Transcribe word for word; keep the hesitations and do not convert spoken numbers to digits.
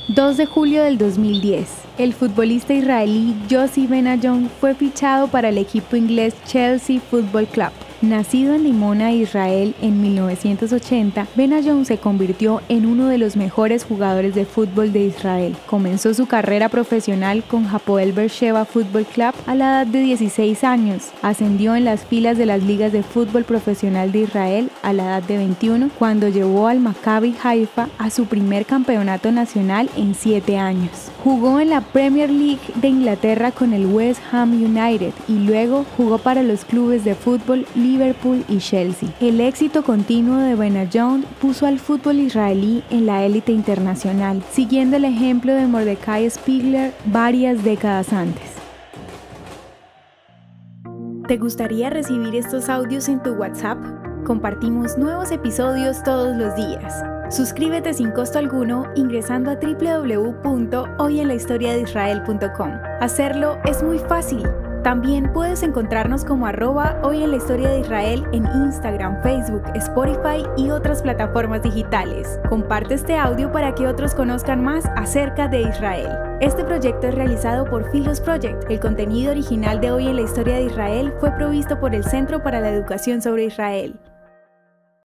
dos de julio del dos mil diez, el futbolista israelí Yossi Benayoun fue fichado para el equipo inglés Chelsea Football Club. Nacido en Dimona, Israel, en mil novecientos ochenta, Benayoun se convirtió en uno de los mejores jugadores de fútbol de Israel. Comenzó su carrera profesional con Hapoel Beersheva Football Club a la edad de dieciséis años. Ascendió en las filas de las ligas de fútbol profesional de Israel a la edad de veintiuno, cuando llevó al Maccabi Haifa a su primer campeonato nacional en siete años. Jugó en la Premier League de Inglaterra con el West Ham United y luego jugó para los clubes de fútbol Liverpool y Chelsea. El éxito continuo de Benayoun puso al fútbol israelí en la élite internacional, siguiendo el ejemplo de Mordecai Spiegler varias décadas antes. ¿Te gustaría recibir estos audios en tu WhatsApp? Compartimos nuevos episodios todos los días. Suscríbete sin costo alguno ingresando a doble u doble u doble u punto hoy en la historia de israel punto com. Hacerlo es muy fácil. También puedes encontrarnos como arroba hoy en la historia de Israel en Instagram, Facebook, Spotify y otras plataformas digitales. Comparte este audio para que otros conozcan más acerca de Israel. Este proyecto es realizado por Philos Project. El contenido original de Hoy en la historia de Israel fue provisto por el Centro para la Educación sobre Israel.